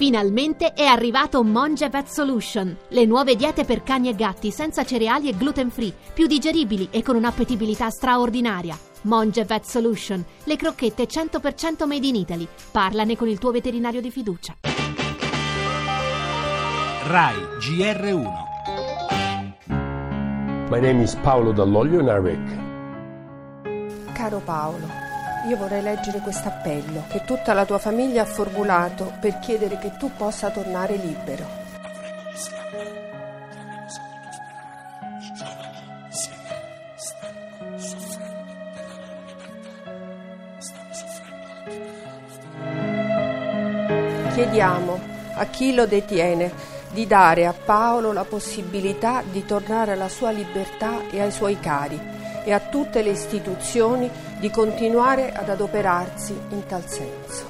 Finalmente è arrivato Monge Vet Solution, le nuove diete per cani e gatti senza cereali e gluten free, più digeribili e con un'appetibilità straordinaria. Monge Vet Solution, le crocchette 100% made in Italy. Parlane con il tuo veterinario di fiducia. Rai GR1. My name is Paolo Dall'Oglio in Arabic. Caro Paolo, io vorrei leggere questo appello che tutta la tua famiglia ha formulato per chiedere che tu possa tornare libero. Chiediamo a chi lo detiene di dare a Paolo la possibilità di tornare alla sua libertà e ai suoi cari e a tutte le istituzioni di continuare ad adoperarsi in tal senso.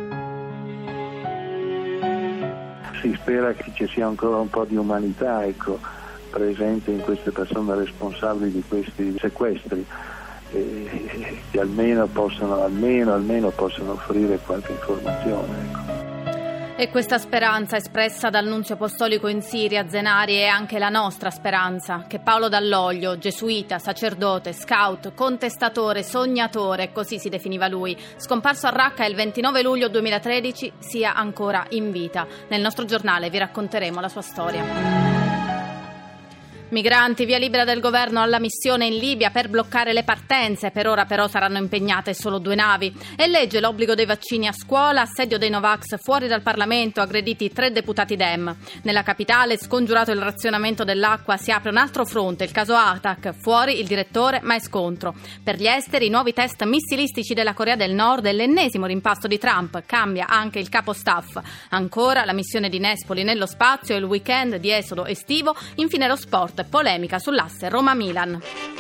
Si spera che ci sia ancora un po' di umanità, presente in queste persone responsabili di questi sequestri, che almeno possano offrire qualche informazione. E questa speranza espressa dal nunzio apostolico in Siria, Zenari, è anche la nostra speranza, che Paolo Dall'Oglio, gesuita, sacerdote, scout, contestatore, sognatore, così si definiva lui, scomparso a Raqqa il 29 luglio 2013, sia ancora in vita. Nel nostro giornale vi racconteremo la sua storia. Migranti, via libera del governo alla missione in Libia per bloccare le partenze. Per ora però saranno impegnate solo 2 navi. E legge l'obbligo dei vaccini a scuola, assedio dei Novax fuori dal Parlamento, aggrediti 3 deputati Dem. Nella capitale, scongiurato il razionamento dell'acqua, si apre un altro fronte, il caso Atac. Fuori il direttore, ma è scontro. Per gli esteri, i nuovi test missilistici della Corea del Nord e l'ennesimo rimpasto di Trump. Cambia anche il capo staff. Ancora la missione di Nespoli nello spazio e il weekend di esodo estivo. Infine lo sport. Polemica sull'asse Roma-Milan.